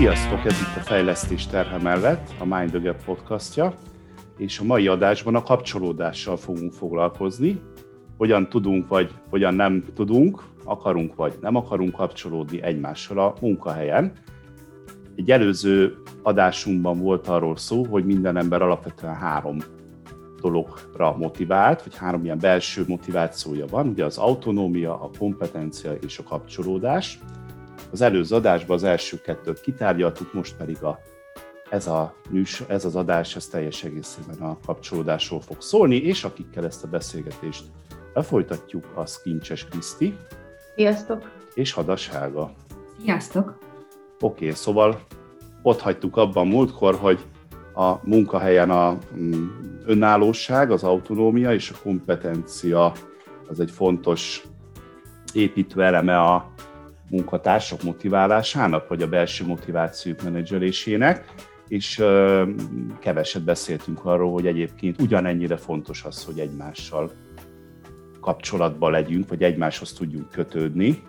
Sziasztok, ez itt a Fejlesztés terhe mellett, a Mind the Gap podcastja, és a mai adásban a kapcsolódással fogunk foglalkozni. Hogyan tudunk, vagy hogyan nem tudunk, akarunk, vagy nem akarunk kapcsolódni egymással a munkahelyen. Egy előző adásunkban volt arról szó, hogy minden ember alapvetően 3 dologra motivált, vagy 3 ilyen belső motivációja van, ugye az autonómia, a kompetencia és a kapcsolódás. Az előző adásban az első 2-t kitárgyaltuk, most pedig ez az adás ez teljes egészében a kapcsolódásról fog szólni, és akikkel ezt a beszélgetést lefolytatjuk, az Kincses Kriszti. Sziasztok! És Hadas Helga. Sziasztok! Oké, szóval ott hagytuk abban múltkor, hogy a munkahelyen a önállóság, az autonómia és a kompetencia az egy fontos építő eleme a munkatársak motiválásának, vagy a belső motivációk menedzselésének, és keveset beszéltünk arról, hogy egyébként ugyanennyire fontos az, hogy egymással kapcsolatban legyünk, vagy egymáshoz tudjunk kötődni.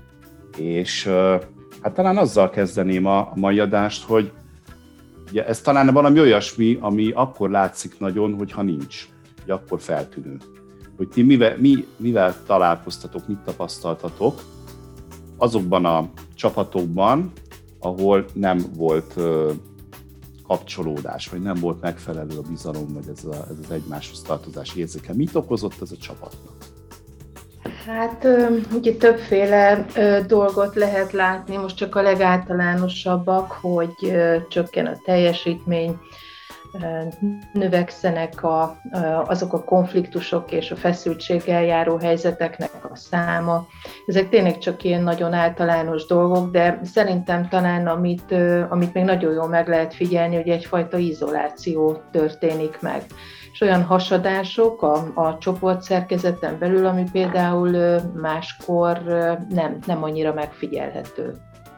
És hát talán azzal kezdeném a mai adást, hogy ugye ez talán valami olyasmi, ami akkor látszik nagyon, hogyha nincs, hogy akkor feltűnő. Hogy ti mivel találkoztatok, mit tapasztaltatok azokban a csapatokban, ahol nem volt kapcsolódás, vagy nem volt megfelelő a bizalom, vagy ez az egymáshoz tartozás érzéke. Mit okozott ez a csapatnak? Hát ugye többféle dolgot lehet látni, most csak a legáltalánosabbak, hogy csökken a teljesítmény, növekszenek azok a konfliktusok és a feszültséggel járó helyzeteknek a száma. Ezek tényleg csak ilyen nagyon általános dolgok, de szerintem talán amit még nagyon jól meg lehet figyelni, hogy egyfajta izoláció történik meg. És olyan hasadások a csoportszerkezeten belül, ami például máskor nem annyira megfigyelhető.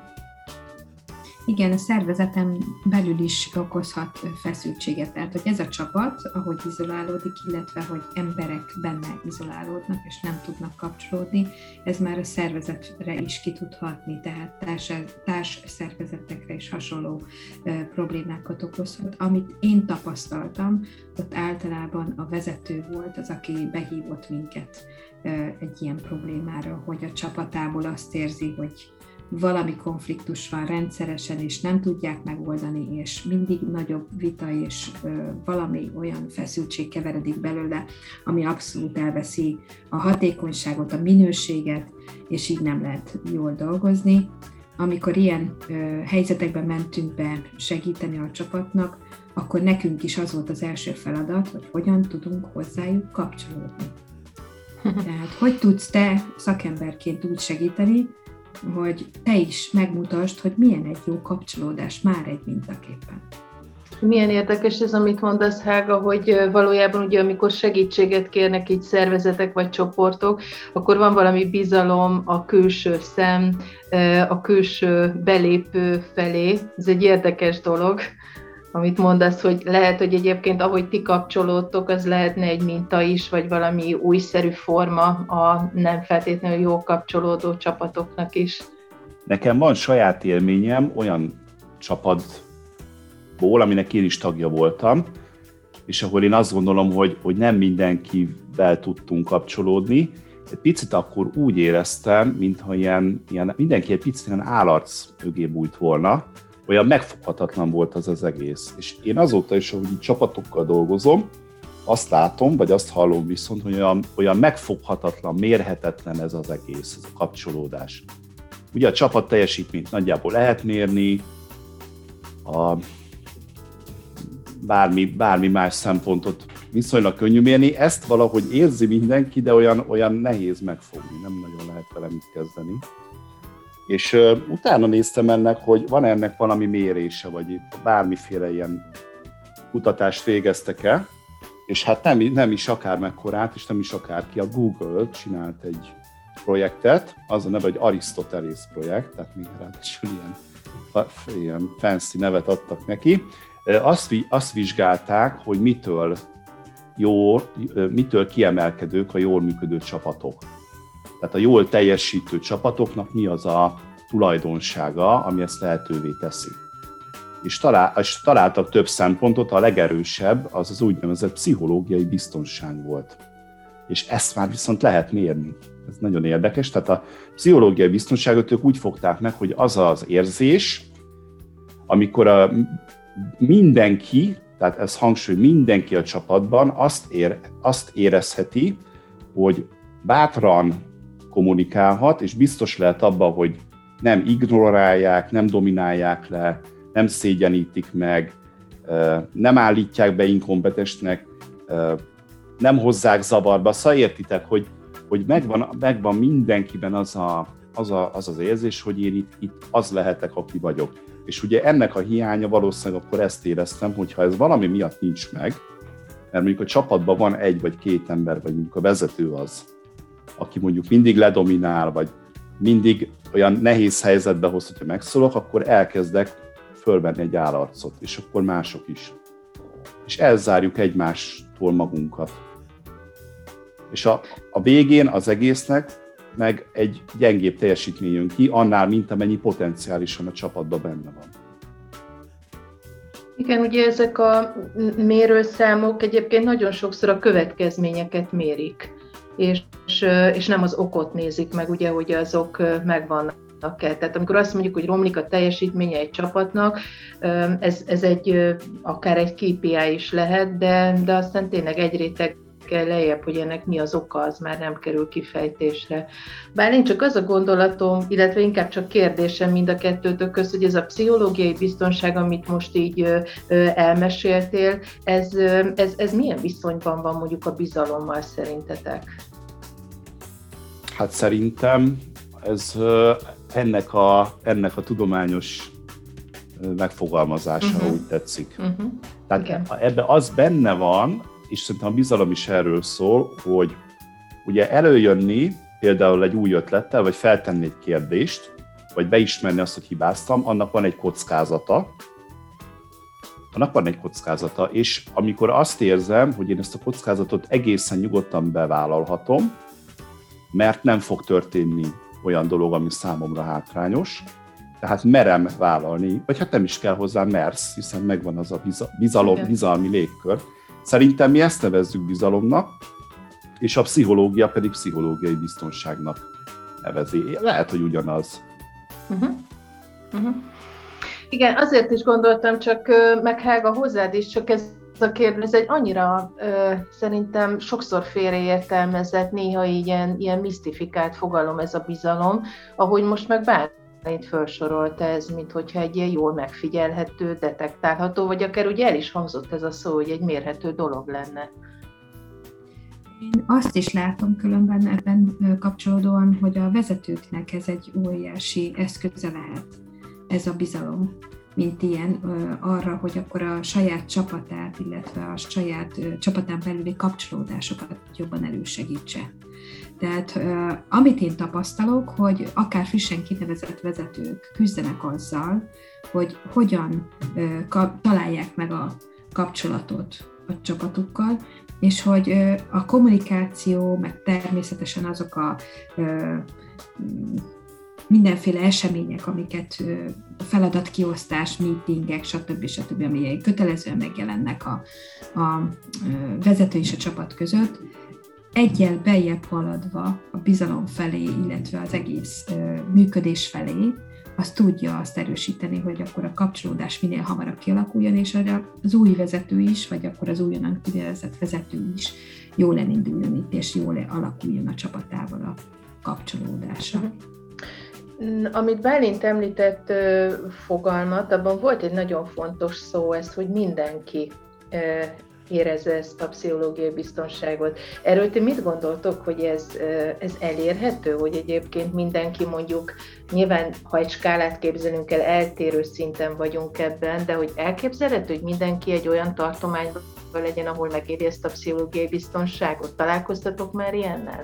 Igen, a szervezeten belül is okozhat feszültséget. Tehát, hogy ez a csapat, ahogy izolálódik, illetve hogy emberek benne izolálódnak, és nem tudnak kapcsolódni, ez már a szervezetre is ki tud hatni, tehát társ szervezetekre is hasonló problémákat okozhat. Amit én tapasztaltam, ott általában a vezető volt az, aki behívott minket egy ilyen problémára, hogy a csapatából azt érzi, hogy valami konfliktus van rendszeresen, és nem tudják megoldani, és mindig nagyobb vita, és valami olyan feszültség keveredik belőle, ami abszolút elveszi a hatékonyságot, a minőséget, és így nem lehet jól dolgozni. Amikor ilyen helyzetekben mentünk be segíteni a csapatnak, akkor nekünk is az volt az első feladat, hogy hogyan tudunk hozzájuk kapcsolódni. Tehát, hogy tudsz te szakemberként úgy segíteni, hogy te is megmutasd, hogy milyen egy jó kapcsolódás már egy mintaképpen. Milyen érdekes ez, amit mondasz, Hága, hogy valójában ugye, amikor segítséget kérnek így szervezetek vagy csoportok, akkor van valami bizalom a külső szem, a külső belépő felé. Ez egy érdekes dolog, amit mondasz, hogy lehet, hogy egyébként ahogy ti kapcsolódtok, az lehetne egy minta is, vagy valami újszerű forma a nem feltétlenül jó kapcsolódó csapatoknak is. Nekem van saját élményem olyan csapatból, aminek én is tagja voltam, és ahol én azt gondolom, hogy nem mindenkivel tudtunk kapcsolódni. Egy picit akkor úgy éreztem, mintha ilyen mindenki egy picit ilyen állarc mögé bújt volna, olyan megfoghatatlan volt az egész. És én azóta is, ahogy így csapatokkal dolgozom, azt látom, vagy azt hallom viszont, hogy olyan megfoghatatlan, mérhetetlen ez az egész, ez a kapcsolódás. Ugye a csapat teljesítményt nagyjából lehet mérni, bármi más szempontot viszonylag könnyű mérni, ezt valahogy érzi mindenki, de olyan nehéz megfogni, nem nagyon lehet vele mit kezdeni. És utána néztem ennek, hogy van ennek valami mérése, vagy bármiféle ilyen kutatást végeztek el, és hát nem is akármekkorát, és nem is akárki, a Google csinált egy projektet, az a neve, hogy Arisztotelész projekt, tehát még ráadásul ilyen fancy nevet adtak neki. Azt vizsgálták, hogy mitől kiemelkedők a jól működő csapatok. Tehát a jól teljesítő csapatoknak mi az a tulajdonsága, ami ezt lehetővé teszi. És találtak több szempontot, a legerősebb az az úgynevezett pszichológiai biztonság volt. És ezt már viszont lehet mérni. Ez nagyon érdekes. Tehát a pszichológiai biztonságot ők úgy fogták meg, hogy az az érzés, amikor mindenki, tehát ez hangsúly, mindenki a csapatban azt érezheti, hogy bátran kommunikálhat, és biztos lehet abban, hogy nem ignorálják, nem dominálják le, nem szégyenítik meg, nem állítják be inkompetensnek, nem hozzák zavarba. Szóval értitek, hogy megvan mindenkiben az érzés, hogy én itt az lehetek, aki vagyok. És ugye ennek a hiánya valószínűleg akkor ezt éreztem, hogy ha ez valami miatt nincs meg, mert mondjuk a csapatban van egy vagy két ember, vagy mondjuk a vezető az, aki mondjuk mindig ledominál, vagy mindig olyan nehéz helyzetbe hoz, hogyha megszólok, akkor elkezdek fölvenni egy állarcot, és akkor mások is. És elzárjuk egymástól magunkat. És a végén az egésznek meg egy gyengébb teljesítmény jön ki, annál, mint amennyi potenciálisan a csapatban benne van. Igen, ugye ezek a mérőszámok egyébként nagyon sokszor a következményeket mérik, és nem az okot nézik meg, ugye, hogy azok megvannak-e. Tehát amikor azt mondjuk, hogy romlik a teljesítménye egy csapatnak, ez akár egy KPI is lehet, de aztán tényleg egy réteg lejjebb, hogy ennek mi az oka, az már nem kerül kifejtésre. Bár én csak az a gondolatom, illetve inkább csak kérdésem mind a kettőtök közt, hogy ez a pszichológiai biztonság, amit most így elmeséltél, ez milyen viszonyban van mondjuk a bizalommal szerintetek? Hát szerintem ez ennek a tudományos megfogalmazása, úgy tetszik. Tehát ebben az benne van, és szerintem a bizalom is erről szól, hogy ugye előjönni például egy új ötlettel, vagy feltenni egy kérdést, vagy beismerni azt, hogy hibáztam, annak van egy kockázata. És amikor azt érzem, hogy én ezt a kockázatot egészen nyugodtan bevállalhatom, mert nem fog történni olyan dolog, ami számomra hátrányos, tehát merem vállalni, vagy hát nem is kell hozzá mersz, hiszen megvan az a bizalmi légkör. Szerintem mi ezt nevezzük bizalomnak, és a pszichológia pedig pszichológiai biztonságnak nevezi. Lehet, hogy ugyanaz. Igen, azért is gondoltam, csak meg Helga hozzád is, csak ez a kérdés, ez egy annyira szerintem sokszor félreértelmezett, néha ilyen misztifikált fogalom ez a bizalom, ahogy most meg Bálint felsorolta ez, mint hogyha egy ilyen jól megfigyelhető, detektálható, vagy akár ugye el is hangzott ez a szó, hogy egy mérhető dolog lenne. Én azt is látom különben ebben kapcsolódóan, hogy a vezetőknek ez egy óriási eszköze lehet, ez a bizalom, mint ilyen arra, hogy akkor a saját csapatát, illetve a saját csapatán belüli kapcsolódásokat jobban elősegítse. Tehát amit én tapasztalok, hogy akár frissen kinevezett vezetők küzdenek azzal, hogy hogyan találják meg a kapcsolatot a csapatukkal, és hogy a kommunikáció, meg természetesen azok a mindenféle események, amiket feladatkiosztás, meetingek, stb. Ami kötelezően megjelennek a vezető és a csapat között, egyel beljebb haladva a bizalom felé, illetve az egész működés felé, az tudja azt erősíteni, hogy akkor a kapcsolódás minél hamarabb kialakuljon, és az új vezető is, vagy akkor az újonnan kinevezett vezető is jól elinduljon itt, és jól alakuljon a csapatával a kapcsolódása. Amit Bálint említett fogalmat, abban volt egy nagyon fontos szó, ez, hogy mindenki érezze ezt a pszichológiai biztonságot. Erről ti mit gondoltok, hogy ez elérhető, hogy egyébként mindenki mondjuk, nyilván ha egy skálát képzelünk el, eltérő szinten vagyunk ebben, de hogy elképzelhető, hogy mindenki egy olyan tartományban legyen, ahol megéri ezt a pszichológiai biztonságot? Találkoztatok már ilyennel?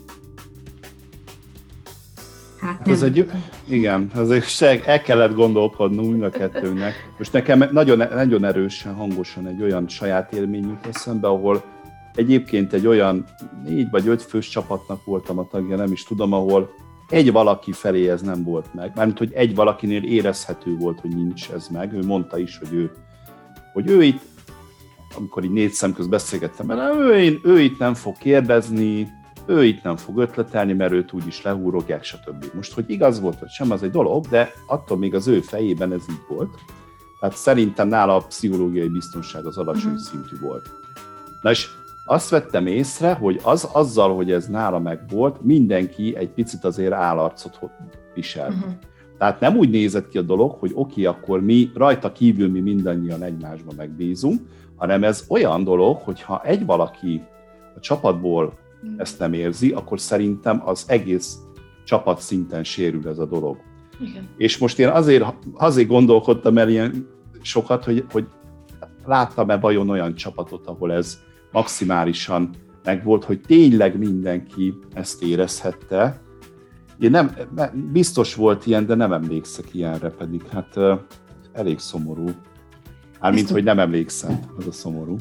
Hát igen, azért el kellett gondolkodnunk mind a kettőnek. Most nekem nagyon erősen, hangosan egy olyan saját élmény jut eszembe, ahol egyébként egy olyan 4 vagy 5 fős csapatnak voltam a tagja, nem is tudom, ahol egy valaki felé ez nem volt meg, mármint, hogy egy valakinél érezhető volt, hogy nincs ez meg. Ő mondta is, hogy ő itt, amikor így 4 szem közt beszélgettem vele, ő itt nem fog kérdezni, ő itt nem fog ötletelni, mert őt úgyis lehúrogják, stb. Most, hogy igaz volt, vagy sem, az egy dolog, de attól még az ő fejében ez így volt. Tehát szerintem nála a pszichológiai biztonság az alacsony szintű volt. Na és azt vettem észre, hogy azzal, hogy ez nála megvolt, mindenki egy picit azért állarcot viselt. Tehát nem úgy nézett ki a dolog, hogy oké, akkor mi rajta kívül mi mindannyian egymásba megbízunk, hanem ez olyan dolog, hogyha egy valaki a csapatból ezt nem érzi, akkor szerintem az egész csapat szinten sérül ez a dolog. Igen. És most én azért gondolkodtam el ilyen sokat, hogy láttam-e vajon olyan csapatot, ahol ez maximálisan megvolt, hogy tényleg mindenki ezt érezhette. Én biztos volt ilyen, de nem emlékszek ilyenre, pedig hát elég szomorú. Mármint, hogy nem emlékszem, az a szomorú.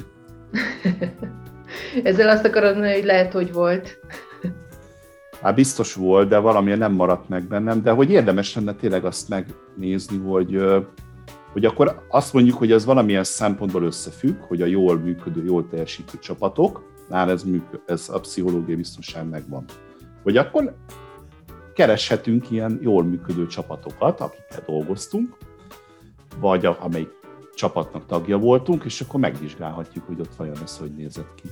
Ezzel azt akarod mondani, hogy lehet, hogy volt. Hát biztos volt, de valamiért nem maradt meg bennem, de hogy érdemes lenne tényleg azt megnézni, hogy akkor azt mondjuk, hogy ez valamilyen szempontból összefügg, hogy a jól működő, jól teljesítő csapatoknál ez a pszichológiai biztonság megvan. Hogy akkor kereshetünk ilyen jól működő csapatokat, akikkel dolgoztunk, vagy amelyik csapatnak tagja voltunk, és akkor megvizsgálhatjuk, hogy ott vajon ez hogy nézett ki.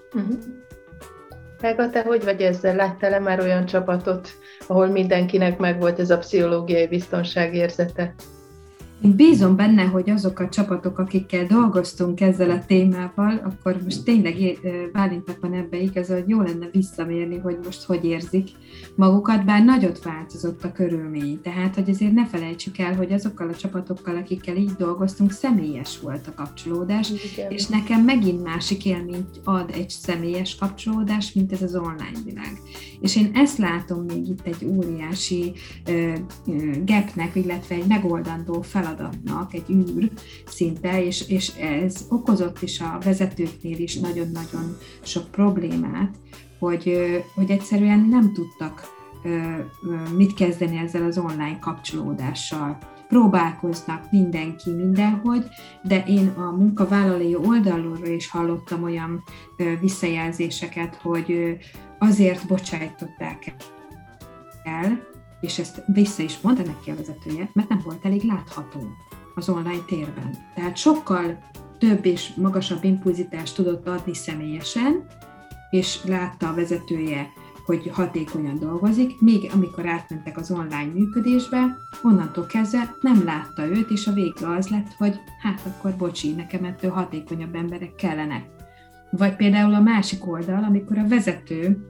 Helga, te hogy vagy ezzel? Láttál-e már olyan csapatot, ahol mindenkinek megvolt ez a pszichológiai biztonságérzete? Én bízom benne, hogy azok a csapatok, akikkel dolgoztunk ezzel a témával, akkor most tényleg Bálintnak van ebbe igaza, hogy jó lenne visszamérni, hogy most hogy érzik magukat, bár nagyot változott a körülmény. Tehát, hogy azért ne felejtsük el, hogy azokkal a csapatokkal, akikkel így dolgoztunk, személyes volt a kapcsolódás, igen. És nekem megint másik élményt ad egy személyes kapcsolódás, mint ez az online világ. És én ezt látom még itt egy óriási gapnek, illetve egy megoldandó feladatnak, egy űr szinte, és ez okozott is a vezetőknél is nagyon-nagyon sok problémát, hogy egyszerűen nem tudtak mit kezdeni ezzel az online kapcsolódással. Próbálkoznak mindenki mindenhogy, de én a munkavállalói oldalról is hallottam olyan visszajelzéseket, hogy azért bocsájtották el, és ezt vissza is mondta neki a vezetője, mert nem volt elég látható az online térben. Tehát sokkal több és magasabb impulzitást tudott adni személyesen, és látta a vezetője, hogy hatékonyan dolgozik, még amikor átmentek az online működésbe, onnantól kezdve nem látta őt, és a vége az lett, hogy hát akkor bocsi, nekem ettől hatékonyabb emberek kellenek. Vagy például a másik oldal, amikor a vezető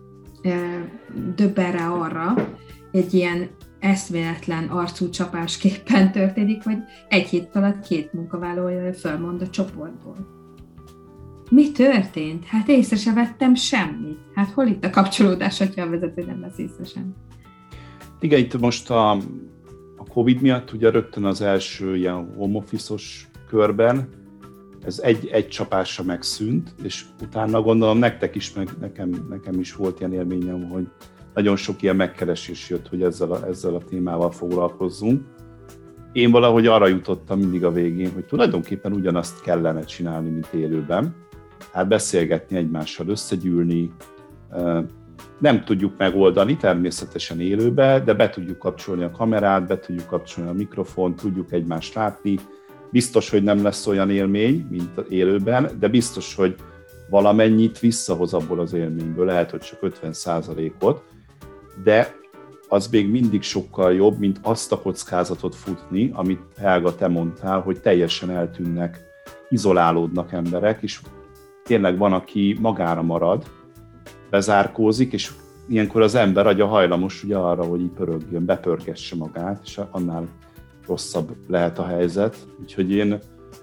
döbben rá arra, egy ilyen eszméletlen arcú csapásképpen történik, hogy egy hét alatt 2 munkavállalója fölmond a csoportból. Mi történt? Hát észre se vettem semmit. Hát hol itt a kapcsolódás, hogyha a vezető nem vesz észre semmit? Igen, itt most a Covid miatt ugye rögtön az első ilyen home office-os körben ez egy csapásra megszűnt, és utána gondolom nektek is, meg nekem is volt ilyen élményem, hogy nagyon sok ilyen megkeresés jött, hogy ezzel a témával foglalkozzunk. Én valahogy arra jutottam mindig a végén, hogy tulajdonképpen ugyanazt kellene csinálni, mint élőben. Hát beszélgetni egymással, összegyűlni. Nem tudjuk megoldani természetesen élőben, de be tudjuk kapcsolni a kamerát, be tudjuk kapcsolni a mikrofont, tudjuk egymást látni. Biztos, hogy nem lesz olyan élmény, mint élőben, de biztos, hogy valamennyit visszahoz abból az élményből, lehet, hogy csak 50%-ot, de az még mindig sokkal jobb, mint azt a kockázatot futni, amit Helga, te mondtál, hogy teljesen eltűnnek, izolálódnak emberek, és tényleg van, aki magára marad, bezárkózik, és ilyenkor az ember agya hajlamos ugye arra, hogy így pörögjön, bepörgesse magát, és annál rosszabb lehet a helyzet. Úgyhogy én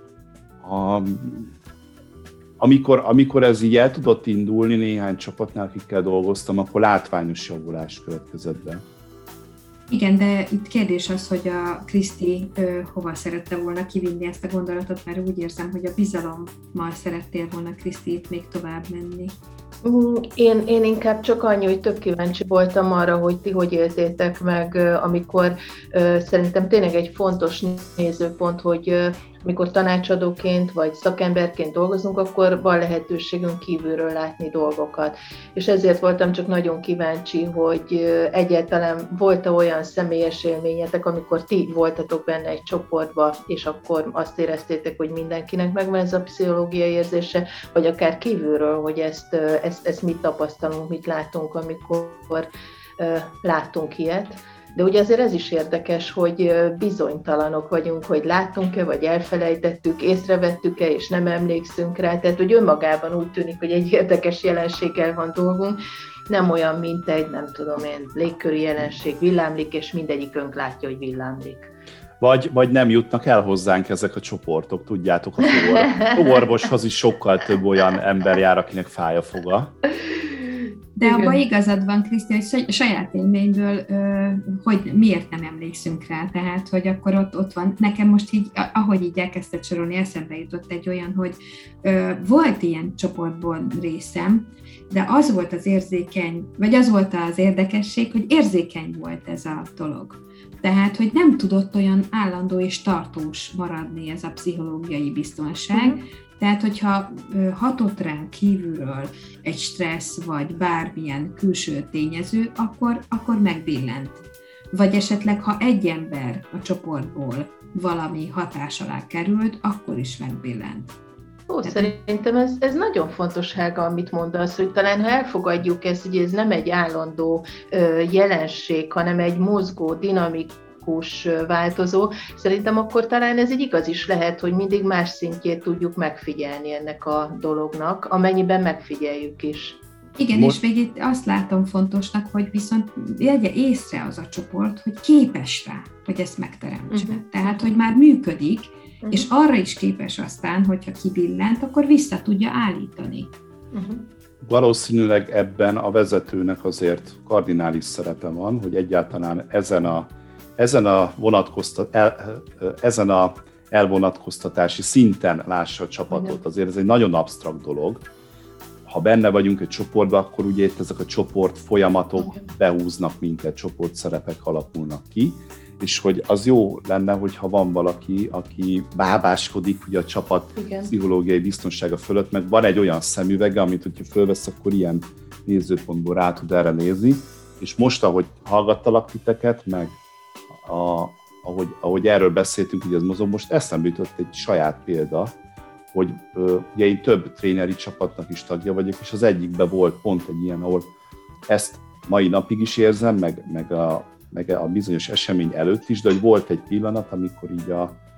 amikor ez így el tudott indulni néhány csapatnál, akikkel dolgoztam, akkor látványos javulás következett be. Igen, de itt kérdés az, hogy a Kriszti hova szerette volna kivinni ezt a gondolatot, mert úgy érzem, hogy a bizalommal szerettél volna, Kriszti, itt még tovább menni. Én inkább csak annyi, hogy tök kíváncsi voltam arra, hogy ti hogy éltétek meg, amikor szerintem tényleg egy fontos nézőpont, hogy amikor tanácsadóként vagy szakemberként dolgozunk, akkor van lehetőségünk kívülről látni dolgokat. És ezért voltam csak nagyon kíváncsi, hogy egyáltalán volt-e olyan személyes élményetek, amikor ti voltatok benne egy csoportba, és akkor azt éreztétek, hogy mindenkinek megvan ez a pszichológiai érzése, vagy akár kívülről, hogy ezt mit tapasztalunk, mit látunk, amikor látunk ilyet. De ugye azért ez is érdekes, hogy bizonytalanok vagyunk, hogy láttunk-e, vagy elfelejtettük, észrevettük-e, és nem emlékszünk rá. Tehát, hogy önmagában úgy tűnik, hogy egy érdekes jelenséggel van dolgunk, nem olyan, mint egy, nem tudom én, légköri jelenség, villámlik, és mindegyikünk látja, hogy villámlik. Vagy nem jutnak el hozzánk ezek a csoportok, tudjátok, a fogorvoshoz is sokkal több olyan ember jár, akinek fáj a foga. De abban igazad van, Kriszti, hogy saját élményből, hogy miért nem emlékszünk rá, tehát, hogy akkor ott van. Nekem most így, ahogy így elkezdted sorolni, eszembe jutott egy olyan, hogy volt ilyen csoportból részem, de az volt az érzékeny, vagy az volt az érdekesség, hogy érzékeny volt ez a dolog. Tehát, hogy nem tudott olyan állandó és tartós maradni ez a pszichológiai biztonság. Tehát, hogyha hatott ránk kívülről egy stressz, vagy bármilyen külső tényező, akkor megbillent. Vagy esetleg, ha egy ember a csoportból valami hatás alá került, akkor is megbillent. Szerintem ez nagyon fontos, Helga, amit mondasz, hogy talán ha elfogadjuk ezt, hogy ez nem egy állandó jelenség, hanem egy mozgó, dinamikus változó, szerintem akkor talán ez egy igaz is lehet, hogy mindig más szintjét tudjuk megfigyelni ennek a dolognak, amennyiben megfigyeljük is. Igen, és még itt azt látom fontosnak, hogy viszont vegye észre az a csoport, hogy képes rá, hogy ezt megteremtse. Tehát, hogy már működik, és arra is képes aztán, hogyha kibillent, akkor vissza tudja állítani. Valószínűleg ebben a vezetőnek azért kardinális szerepe van, hogy egyáltalán ezen a elvonatkoztatási szinten lássa a csapatot. Azért ez egy nagyon absztrakt dolog. Ha benne vagyunk egy csoportban, akkor ugye itt ezek a csoport folyamatok behúznak minket, csoportszerepek alakulnak ki, és hogy az jó lenne, hogyha van valaki, aki bábáskodik ugye a csapat pszichológiai biztonsága fölött, meg van egy olyan szemüvege, amit hogyha fölvesz, akkor ilyen nézőpontból rá tud erre nézni, és most, ahogy hallgattalak titeket, meg ahogy erről beszéltünk, hogy ez mozog, most eszembe jutott egy saját példa, hogy ugye én több tréneri csapatnak is tagja vagyok, és az egyikben volt pont egy ilyen, ahol ezt mai napig is érzem, meg a bizonyos esemény előtt is, de hogy volt egy pillanat, amikor így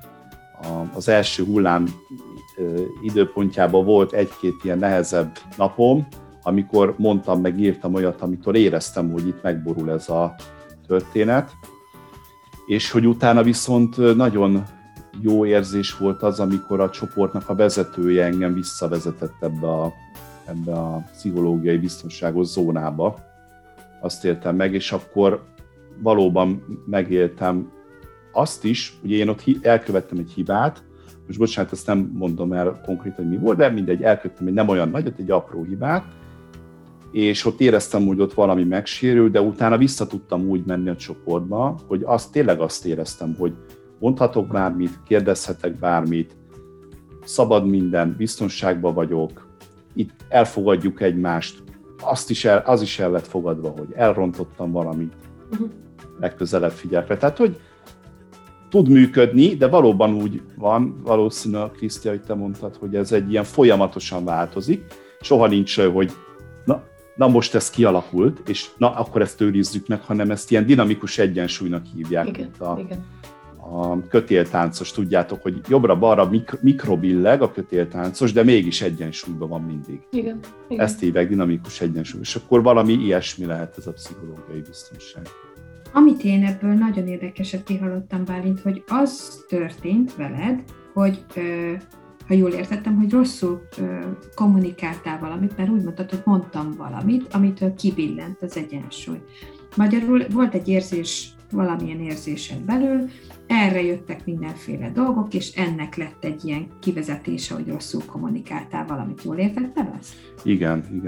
az első hullám időpontjában volt egy-két ilyen nehezebb napom, amikor mondtam, meg írtam olyat, amitől éreztem, hogy itt megborul ez a történet, és hogy utána viszont nagyon jó érzés volt az, amikor a csoportnak a vezetője engem visszavezetett ebbe a pszichológiai biztonságos zónába. Azt éltem meg, és akkor valóban megéltem azt is, ugye én ott elkövettem egy hibát, most bocsánat, ezt nem mondom el konkrétan, hogy mi volt, de mindegy, elkövettem egy nem olyan nagyot, egy apró hibát, és ott éreztem, hogy ott valami megsérül, de utána vissza tudtam úgy menni a csoportba, hogy tényleg azt éreztem, hogy mondhatok bármit, kérdezhetek bármit, szabad minden, biztonságban vagyok, itt elfogadjuk egymást, az is el lett fogadva, hogy elrontottam valamit, legközelebb figyelek rá. Tehát, hogy tud működni, de valóban úgy van, valószínűleg, Kriszti, hogy te mondtad, hogy ez egy ilyen folyamatosan változik, soha nincs, hogy na most ez kialakult, és akkor ezt őrizzük meg, hanem ezt ilyen dinamikus egyensúlynak hívják. Igen. A kötéltáncos, tudjátok, hogy jobbra-balra mikrobilleg a kötéltáncos, de mégis egyensúlyban van mindig. Igen. Ezt hívják dinamikus egyensúly, és akkor valami ilyesmi lehet ez a pszichológiai biztonság. Amit én ebből nagyon érdekeset kihallottam, Bálint, hogy az történt veled, hogy ha jól értettem, hogy rosszul kommunikáltál valamit, mert úgy mondtad, hogy mondtam valamit, amitől kibillent az egyensúly. Magyarul volt egy érzés, valamilyen érzésen belül, erre jöttek mindenféle dolgok, és ennek lett egy ilyen kivezetése, hogy rosszul kommunikáltál valamit. Jól értettem ezt? Igen.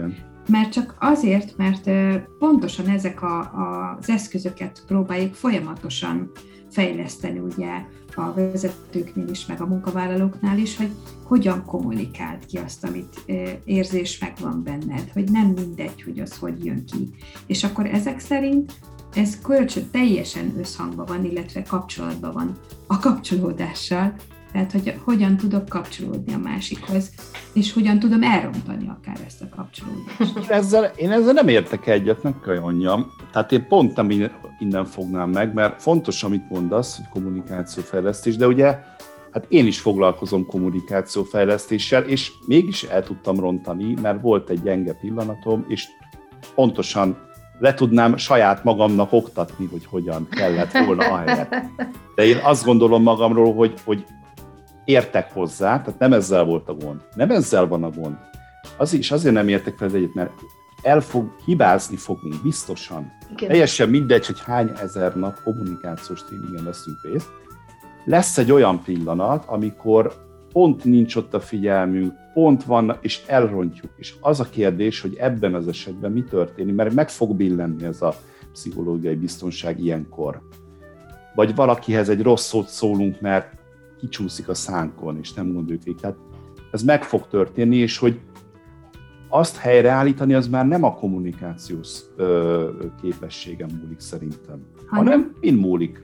Mert csak azért, mert pontosan ezek az eszközöket próbáljuk folyamatosan fejleszteni ugye a vezetőknél is, meg a munkavállalóknál is, hogy hogyan kommunikáld ki azt, amit érzés megvan benned, hogy nem mindegy, hogy az hogy jön ki. És akkor ezek szerint ez teljesen összhangban van, illetve kapcsolatban van a kapcsolódással, tehát hogy hogyan tudok kapcsolódni a másikhoz, és hogyan tudom elrontani akár ezt a kapcsolódást. Én ezzel nem értek egyet, meg kell mondjam. Tehát én pont nem innen fognám meg, mert fontos, amit mondasz, hogy kommunikációfejlesztés, de ugye hát én is foglalkozom kommunikációfejlesztéssel, és mégis el tudtam rontani, mert volt egy gyenge pillanatom, és pontosan le tudnám saját magamnak oktatni, hogy hogyan kellett volna ahelyett. De én azt gondolom magamról, hogy értek hozzá, tehát nem ezzel volt a gond. Nem ezzel van a gond. Azért nem értek fel egyet, mert hibázni fogunk biztosan. Igen. Teljesen mindegy, hogy hány ezer nap kommunikációs tréningen veszünk részt. Lesz egy olyan pillanat, amikor pont nincs ott a figyelmünk, pont van, és elrontjuk. És az a kérdés, hogy ebben az esetben mi történik, mert meg fog billenni ez a pszichológiai biztonság ilyenkor. Vagy valakihez egy rossz szót szólunk, mert kicsúszik a szánkon, és nem gondoljuk végig. Tehát ez meg fog történni, és hogy azt helyreállítani, az már nem a kommunikációs képességem múlik szerintem, hanem min múlik.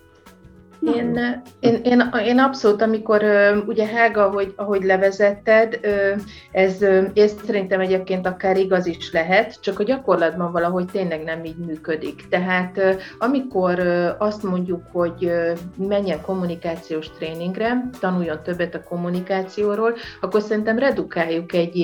Én abszolút, amikor ugye Helga, ahogy levezetted, ez szerintem egyébként akár igaz is lehet, csak a gyakorlatban valahogy tényleg nem így működik. Tehát amikor azt mondjuk, hogy menjen kommunikációs tréningre, tanuljon többet a kommunikációról, akkor szerintem redukáljuk egy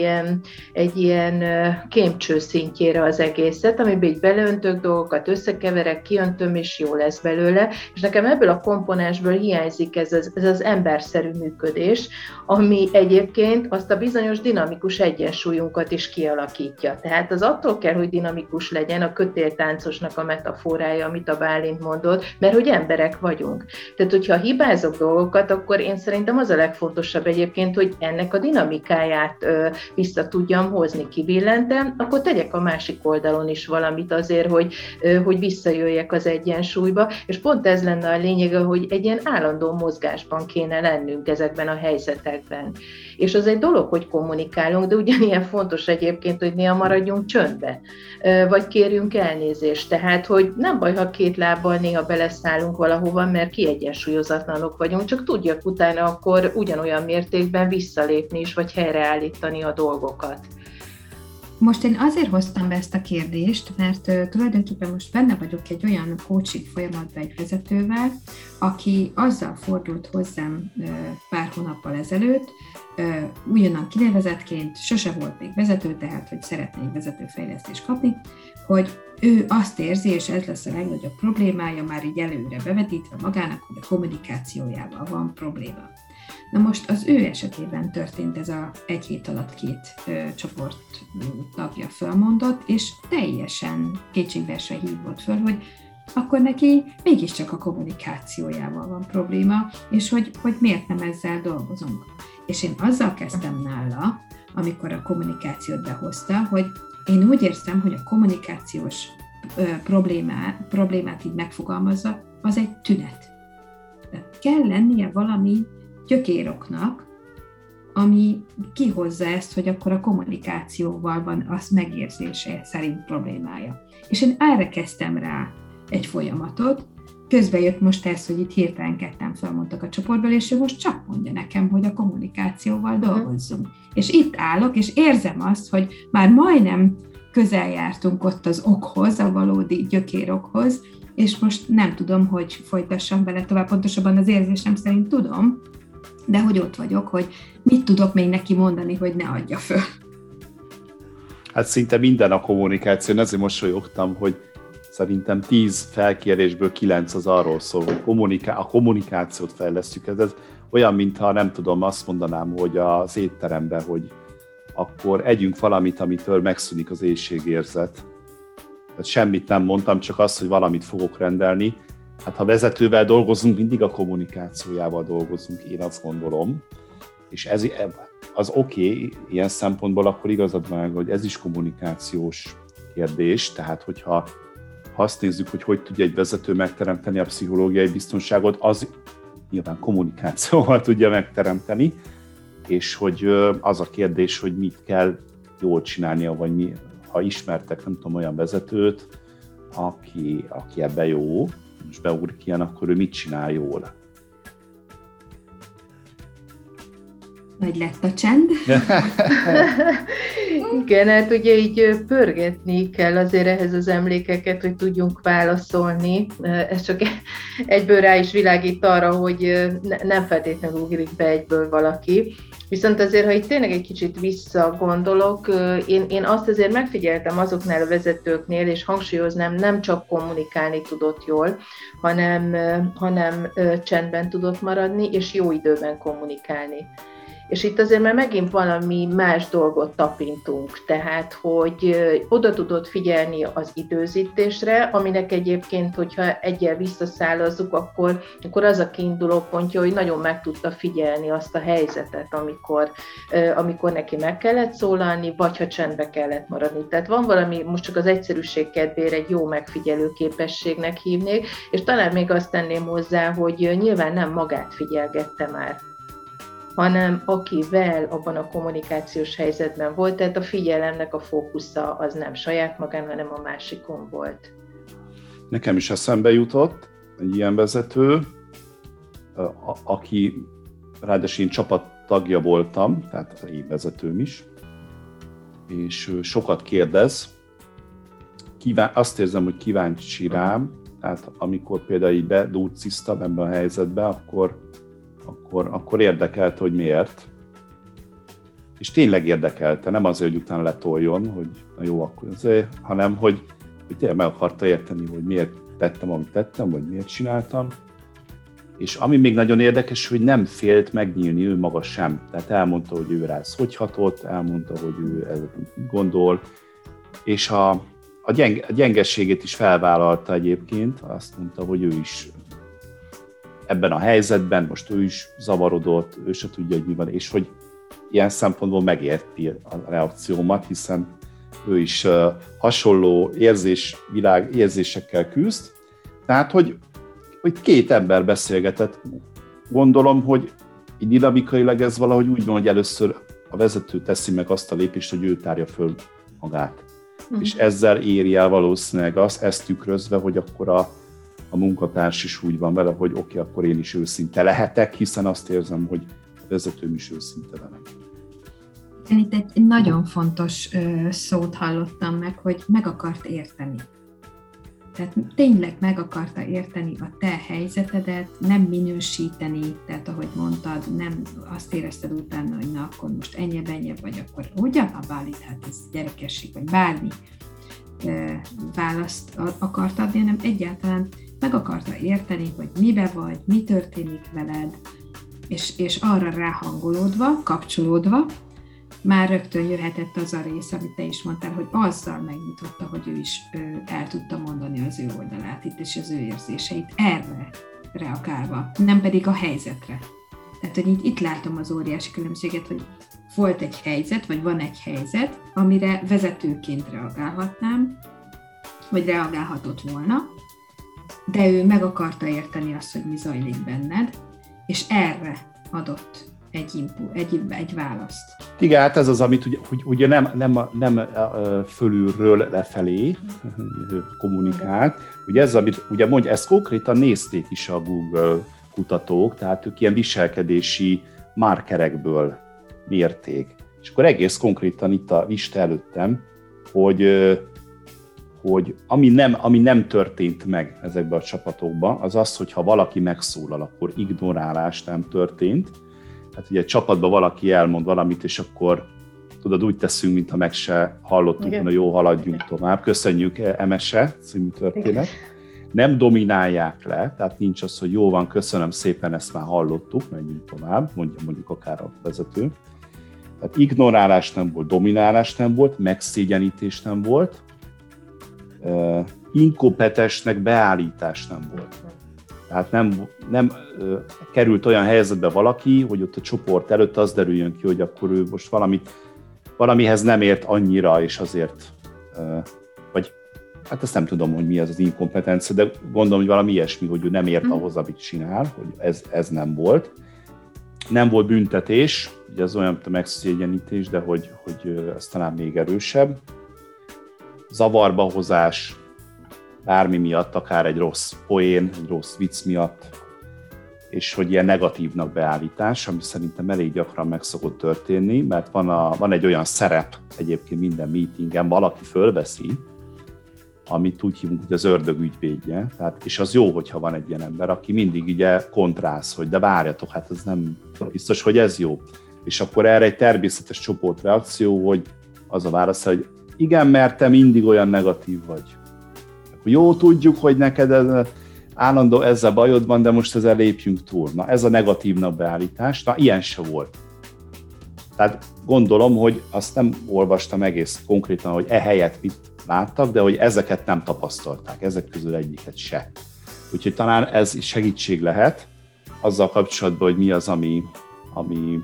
ilyen kémcső szintjére az egészet, amiben így beleöntök dolgokat, összekeverek, kiöntöm, és jó lesz belőle. És nekem ebből a komponensből hiányzik ez az emberszerű működés, ami egyébként azt a bizonyos dinamikus egyensúlyunkat is kialakítja. Tehát az attól kell, hogy dinamikus legyen a kötéltáncosnak a metaforája, amit a Bálint mondott, mert hogy emberek vagyunk. Tehát, hogyha hibázok dolgokat, akkor én szerintem az a legfontosabb egyébként, hogy ennek a dinamikáját vissza tudjam hozni, kibillentem, akkor tegyek a másik oldalon is valamit azért, hogy visszajöjjek az egyensúlyba, és pont ez lenne a lényege, hogy egy ilyen állandó mozgásban kéne lennünk ezekben a helyzetekben. És az egy dolog, hogy kommunikálunk, de ugyanilyen fontos egyébként, hogy néha maradjunk csöndbe, vagy kérjünk elnézést. Tehát, hogy nem baj, ha két lábbal néha beleszállunk valahova, mert kiegyensúlyozatlanok vagyunk, csak tudjak utána akkor ugyanolyan mértékben visszalépni is, vagy helyreállítani a dolgokat. Most én azért hoztam be ezt a kérdést, mert tulajdonképpen most benne vagyok egy olyan coaching folyamatban egy vezetővel, aki azzal fordult hozzám pár hónappal ezelőtt, újonnan kinevezettként, sose volt még vezető, tehát hogy szeretne egy vezetőfejlesztést kapni, hogy ő azt érzi, és ez lesz a legnagyobb problémája, már így előre bevetítve magának, hogy a kommunikációjával van probléma. Na most az ő esetében történt ez egy hét alatt 2 csoport tagja fölmondott, és teljesen kétségbeesve hívott föl, hogy akkor neki mégiscsak a kommunikációjával van probléma, és hogy miért nem ezzel dolgozunk. És én azzal kezdtem nála, amikor a kommunikációt behozta, hogy én úgy érzem, hogy a kommunikációs problémát így megfogalmazza, az egy tünet. Tehát kell lennie valami gyökéroknak, ami kihozza ezt, hogy akkor a kommunikációval van az megérzése szerint problémája. És én erre kezdtem rá egy folyamatot, közben jött most ez, hogy itt hirtelen ketten felmondtak a csoportból, és ő most csak mondja nekem, hogy a kommunikációval dolgozzunk. És itt állok, és érzem azt, hogy már majdnem közel jártunk ott az okhoz, a valódi gyökérokhoz, és most nem tudom, hogy folytassam vele tovább, pontosabban az érzésem szerint tudom, de hogy ott vagyok, hogy mit tudok még neki mondani, hogy ne adja föl. Hát szinte minden a kommunikáció, ezért mosolyogtam, hogy szerintem 10 felkérésből 9 az arról szól, hogy a kommunikációt fejlesztjük. Ez olyan, mintha nem tudom, azt mondanám, hogy az étteremben, hogy akkor együnk valamit, amitől megszűnik az éhségérzet. Tehát semmit nem mondtam, csak azt, hogy valamit fogok rendelni. Hát ha vezetővel dolgozunk, mindig a kommunikációjával dolgozunk, én azt gondolom. És az oké, ilyen szempontból akkor igazad van, hogy ez is kommunikációs kérdés, tehát hogyha azt nézzük, hogy tudja egy vezető megteremteni a pszichológiai biztonságot, az nyilván kommunikációval tudja megteremteni, és hogy az a kérdés, hogy mit kell jól csinálnia, vagy mi, ha ismertek, nem tudom, olyan vezetőt, aki ebben jó, most beugrik ilyen, akkor ő mit csinál jól? Vagy lett a csend? Igen, hát ugye így pörgetni kell azért ehhez az emlékeket, hogy tudjunk válaszolni. Ez csak egyből rá is világít arra, hogy nem feltétlenül ugrik be egyből valaki. Viszont azért, ha itt tényleg egy kicsit visszagondolok, én azt azért megfigyeltem azoknál a vezetőknél, és hangsúlyoznám, nem csak kommunikálni tudott jól, hanem csendben tudott maradni, és jó időben kommunikálni. És itt azért már megint valami más dolgot tapintunk, tehát, hogy oda tudott figyelni az időzítésre, aminek egyébként, hogyha egyel visszaszállazzuk, akkor az a kiinduló pontja, hogy nagyon meg tudta figyelni azt a helyzetet, amikor neki meg kellett szólalni, vagy ha csendbe kellett maradni. Tehát van valami, most csak az egyszerűség kedvére egy jó megfigyelő képességnek hívnék, és talán még azt tenném hozzá, hogy nyilván nem magát figyelgette már, hanem akivel abban a kommunikációs helyzetben volt, tehát a figyelemnek a fókusza az nem saját magán, hanem a másikon volt. Nekem is eszembe jutott egy ilyen vezető, aki ráadásul én csapattagja voltam, tehát én vezetőm is, és sokat kérdez. Azt érzem, hogy kíváncsi rám, tehát amikor például így bedurciztam ebben a helyzetben, akkor érdekelte, hogy miért. És tényleg érdekelte, nem azért, hogy utána letoljon, hogy na jó, akkor azért, hanem hogy tényleg meg akarta érteni, hogy miért tettem, amit tettem, vagy miért csináltam. És ami még nagyon érdekes, hogy nem félt megnyílni ő maga sem. Tehát elmondta, hogy ő rá ez hogy hatott, elmondta, hogy ő ezeket gondol, és a gyengességét is felvállalta egyébként, azt mondta, hogy ő is ebben a helyzetben, most ő is zavarodott, ő se tudja, hogy mi van, és hogy ilyen szempontból megérti a reakciómat, hiszen ő is hasonló érzésekkel küzd. Tehát, hogy két ember beszélgetett. Gondolom, hogy dinamikailag ez valahogy úgy van, hogy először a vezető teszi meg azt a lépést, hogy ő tárja föl magát. És ezzel éri el valószínűleg ezt tükrözve, hogy akkor a munkatárs is úgy van vele, hogy oké, akkor én is őszinte lehetek, hiszen azt érzem, hogy a vezetőm is őszinte velem. Itt egy nagyon fontos szót hallottam meg, hogy meg akart érteni. Tehát tényleg meg akarta érteni a te helyzetedet, nem minősíteni, tehát ahogy mondtad, nem azt érezted utána, hogy na akkor most ennyi, vagy akkor hogyan a bálit, hát ez gyerekesség, vagy bármi választ akart adni, hanem egyáltalán meg akarta érteni, hogy mibe vagy, mi történik veled, és arra ráhangolódva, kapcsolódva, már rögtön jöhetett az a rész, amit te is mondtál, hogy azzal megnyitotta, hogy ő is el tudta mondani az ő oldalát itt, és az ő érzéseit erre reagálva, nem pedig a helyzetre. Tehát, hogy itt látom az óriási különbséget, hogy volt egy helyzet, vagy van egy helyzet, amire vezetőként reagálhatnám, vagy reagálhatott volna, de ő meg akarta érteni azt, hogy mi zajlik benned, és erre adott egy választ. Igen, hát ez az, amit ugye nem fölülről lefelé kommunikált. Ugye ez, amit ugye mondja, ezt konkrétan nézték is a Google kutatók, tehát ők ilyen viselkedési markerekből mérték. És akkor egész konkrétan itt a lista előttem, hogy ami nem történt meg ezekben a csapatokban, az az, hogy ha valaki megszólal, akkor ignorálás nem történt. Hát ugye egy csapatban valaki elmond valamit, és akkor tudod, úgy teszünk, mintha meg se hallottuk, hogy jó, haladjunk tovább. Köszönjük, Emese című történet. Nem dominálják le, tehát nincs az, hogy jó van, köszönöm szépen, ezt már hallottuk, menjünk tovább, mondjuk akár a vezető. Tehát ignorálás nem volt, dominálás nem volt, megszégyenítés nem volt, inkompetensnek beállítás nem volt. Tehát nem került olyan helyzetbe valaki, hogy ott a csoport előtt az derüljön ki, hogy akkor ő most valamihez nem ért annyira, és azért, vagy hát ezt nem tudom, hogy mi ez az inkompetencia, de gondolom, hogy valami ilyesmi, hogy ő nem ért ahhoz, amit csinál, hogy ez nem volt. Nem volt büntetés, ugye ez olyan, mint a megszégyenítés, de hogy ez talán még erősebb. Zavarba hozás, bármi miatt, akár egy rossz poén, egy rossz vicc miatt, és hogy ilyen negatívnak beállítás, ami szerintem elég gyakran meg szokott történni, mert van egy olyan szerep egyébként minden meetingen, valaki fölveszi, amit úgy hívunk, hogy az ördög ügyvédje, tehát, és az jó, hogyha van egy ilyen ember, aki mindig ugye kontráz, hogy de várjatok, hát ez nem biztos, hogy ez jó. És akkor erre egy természetes csoportreakció, hogy az a válasz, hogy igen, mert te mindig olyan negatív vagy. Akkor jó, tudjuk, hogy neked állandó ezzel bajod van, de most ezzel lépjünk túl. Na, ez a negatívnak beállítás, na, ilyen se volt. Tehát gondolom, hogy azt nem olvastam egész konkrétan, hogy ehelyett mit láttak, de hogy ezeket nem tapasztalták, ezek közül egyiket se. Úgyhogy talán ez is segítség lehet azzal kapcsolatban, hogy mi az, ami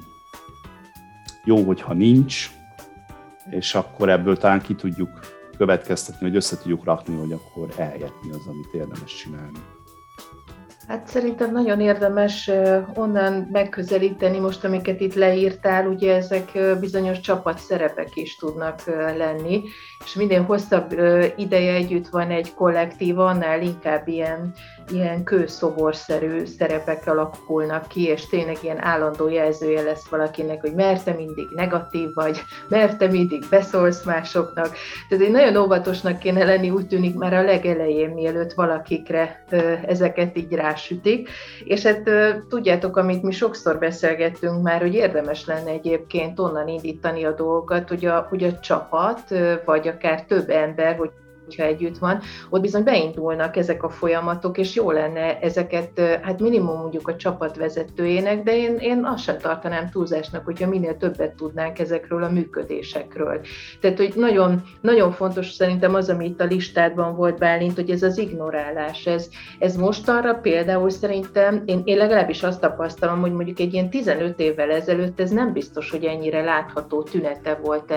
jó, hogyha nincs, és akkor ebből talán ki tudjuk következtetni, hogy össze tudjuk rakni, hogy akkor ehelyett mi az, amit érdemes csinálni. Hát szerintem nagyon érdemes onnan megközelíteni most, amiket itt leírtál, ugye ezek bizonyos csapatszerepek is tudnak lenni, és minél hosszabb ideje együtt van egy kollektív, annál inkább ilyen kőszoborszerű szerepek alakulnak ki, és tényleg ilyen állandó jelzője lesz valakinek, hogy mert te mindig negatív vagy, mert te mindig beszólsz másoknak. Tehát nagyon óvatosnak kéne lenni, úgy tűnik már a legelején, mielőtt valakikre ezeket így rásütik. És hát tudjátok, amit mi sokszor beszélgettünk már, hogy érdemes lenne egyébként onnan indítani a dolgokat, hogy a csapat, vagy akár több ember, hogyha együtt van, ott bizony beindulnak ezek a folyamatok, és jó lenne ezeket, hát minimum mondjuk a csapatvezetőjének, de én azt sem tartanám túlzásnak, hogyha minél többet tudnánk ezekről a működésekről. Tehát, hogy nagyon, nagyon fontos szerintem az, ami itt a listádban volt, Bálint, hogy ez az ignorálás, ez mostanra például szerintem, én legalábbis azt tapasztalom, hogy mondjuk egy ilyen 15 évvel ezelőtt ez nem biztos, hogy ennyire látható tünete volt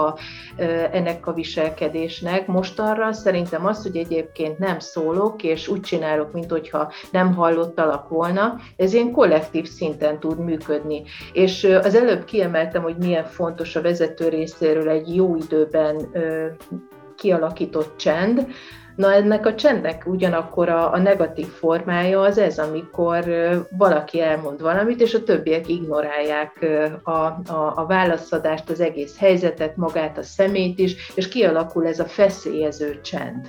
ennek a viselkedésnek. Mostanra szerintem az, hogy egyébként nem szólok, és úgy csinálok, minthogyha nem hallottalak volna, ez ilyen kollektív szinten tud működni. És az előbb kiemeltem, hogy milyen fontos a vezető részéről egy jó időben kialakított csend. Na, ennek a csendnek ugyanakkor a negatív formája az ez, amikor valaki elmond valamit, és a többiek ignorálják a válaszadást, az egész helyzetet, magát a személyt is, és kialakul ez a feszélyező csend.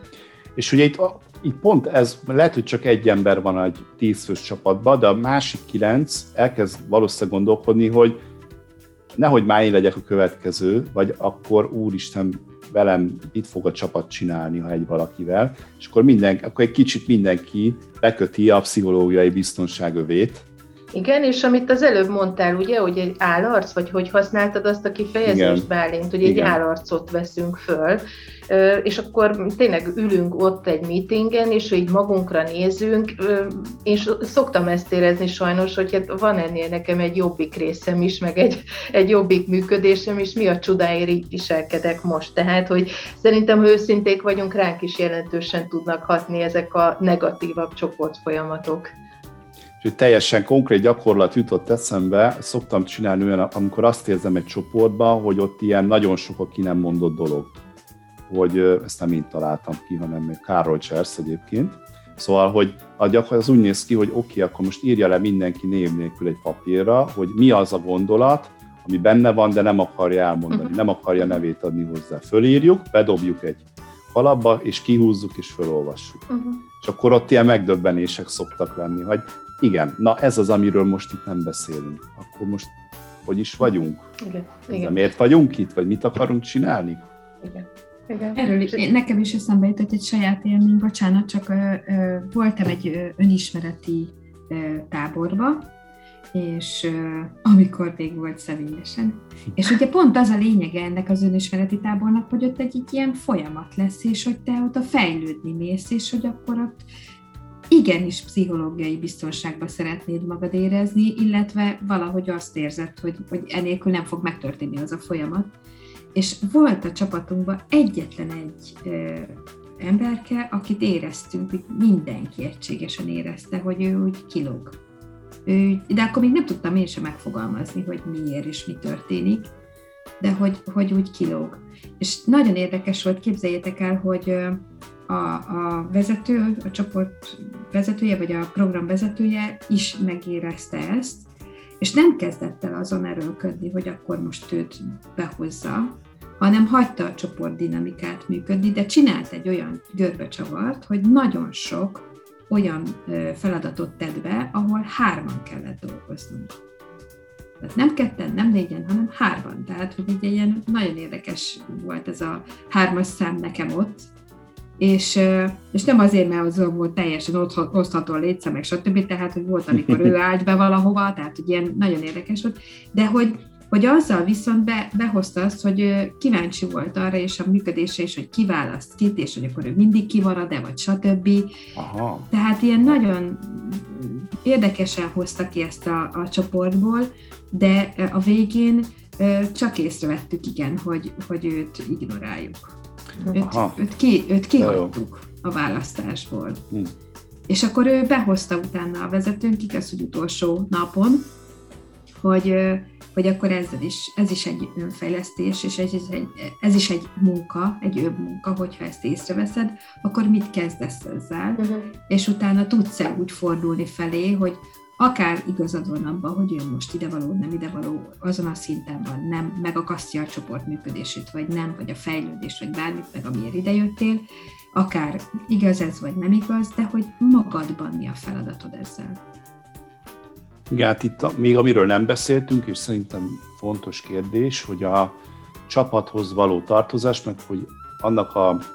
És ugye itt pont ez, lehet, hogy csak egy ember van egy 10 fős csapatban, de a másik 9 elkezd valószínűleg gondolkodni, hogy nehogy már én legyek a következő, vagy akkor úristen, velem itt fog a csapat csinálni, ha egy valakivel, és akkor egy kicsit mindenki beköti a pszichológiai biztonságövét. Igen, és amit az előbb mondtál, ugye, hogy egy állarc, vagy hogy használtad azt a kifejezést, Bálint, hogy egy állarcot veszünk föl, és akkor tényleg ülünk ott egy meetingen, és így magunkra nézünk, és szoktam ezt érezni sajnos, hogy hát van ennél nekem egy jobbik részem is, meg egy jobbik működésem is, mi a csodáért így viselkedek most. Tehát, hogy szerintem, ha őszinték vagyunk, ránk is jelentősen tudnak hatni ezek a negatívabb csoportfolyamatok. És teljesen konkrét gyakorlat jutott eszembe, szoktam csinálni olyan, amikor azt érzem egy csoportban, hogy ott ilyen nagyon sok a ki nem mondott dolog. Hogy ezt nem én találtam ki, hanem még Carol Chers egyébként. Szóval, hogy a gyakorlat az úgy néz ki, hogy oké, akkor most írja le mindenki név nélkül egy papírra, hogy mi az a gondolat, ami benne van, de nem akarja elmondani, nem akarja nevét adni hozzá. Fölírjuk, bedobjuk egy kalapba, és kihúzzuk, és fölolvassuk. És akkor ott ilyen megdöbbenések szoktak lenni, hogy igen, na ez az, amiről most itt nem beszélünk. Akkor most hogy is vagyunk? Igen. Miért vagyunk itt, vagy mit akarunk csinálni? Igen. Erről nekem is eszembe jutott egy saját élmény, bocsánat, csak voltam egy önismereti táborba, és amikor még volt személyesen. És ugye pont az a lényege ennek az önismereti tábornak, hogy ott egy ilyen folyamat lesz, és hogy te ott a fejlődni mész, és hogy akkor ott igenis pszichológiai biztonságban szeretnéd magad érezni, illetve valahogy azt érzed, hogy enélkül nem fog megtörténni az a folyamat. És volt a csapatunkban egyetlen egy emberke, akit éreztünk, hogy mindenki egységesen érezte, hogy ő úgy kilóg. De akkor még nem tudtam én sem megfogalmazni, hogy miért és mi történik, de hogy úgy kilóg. És nagyon érdekes volt, képzeljétek el, hogy a vezető, a csoport vezetője, vagy a program vezetője is megérezte ezt, és nem kezdett el azon erőlködni, hogy akkor most őt behozza, hanem hagyta a csoport dinamikát működni, de csinált egy olyan görbecsavart, hogy nagyon sok olyan feladatot tett be, ahol 3-an kellett dolgoznunk. Tehát nem 2, nem 4, hanem 3. Tehát, hogy egy ilyen nagyon érdekes volt ez a 3-as szám nekem ott, és nem azért, mert az volt teljesen osztható a létszemek, stb., tehát, hogy volt, amikor ő állt be valahova, tehát, hogy ilyen nagyon érdekes volt, de hogy azzal viszont behozta azt, hogy kíváncsi volt arra, és a működésre is, hogy kiválaszt kit, és hogy akkor ő mindig kimarad-e, vagy stb. Aha. Tehát ilyen nagyon érdekesen hozta ki ezt a csoportból, de a végén csak észrevettük, igen, hogy őt ignoráljuk. Őt kihagytuk a választásból. És akkor ő behozta utána a vezetőnk, igaz, hogy utolsó napon, hogy akkor ez is egy önfejlesztés, és ez is egy munka, egy munka, hogyha ezt észreveszed, akkor mit kezdesz ezzel, és utána tudsz-e úgy fordulni felé, hogy akár igazad van abban, hogy ő most idevaló, nem idevaló, azon a szinten van, nem megakasztja a csoport működését, vagy nem, vagy a fejlődést, vagy bármit, meg amiért idejöttél, akár igaz ez, vagy nem igaz, de hogy magadban mi a feladatod ezzel. Igen, hát itt még amiről nem beszéltünk, és szerintem fontos kérdés, hogy a csapathoz való tartozás, meg hogy annak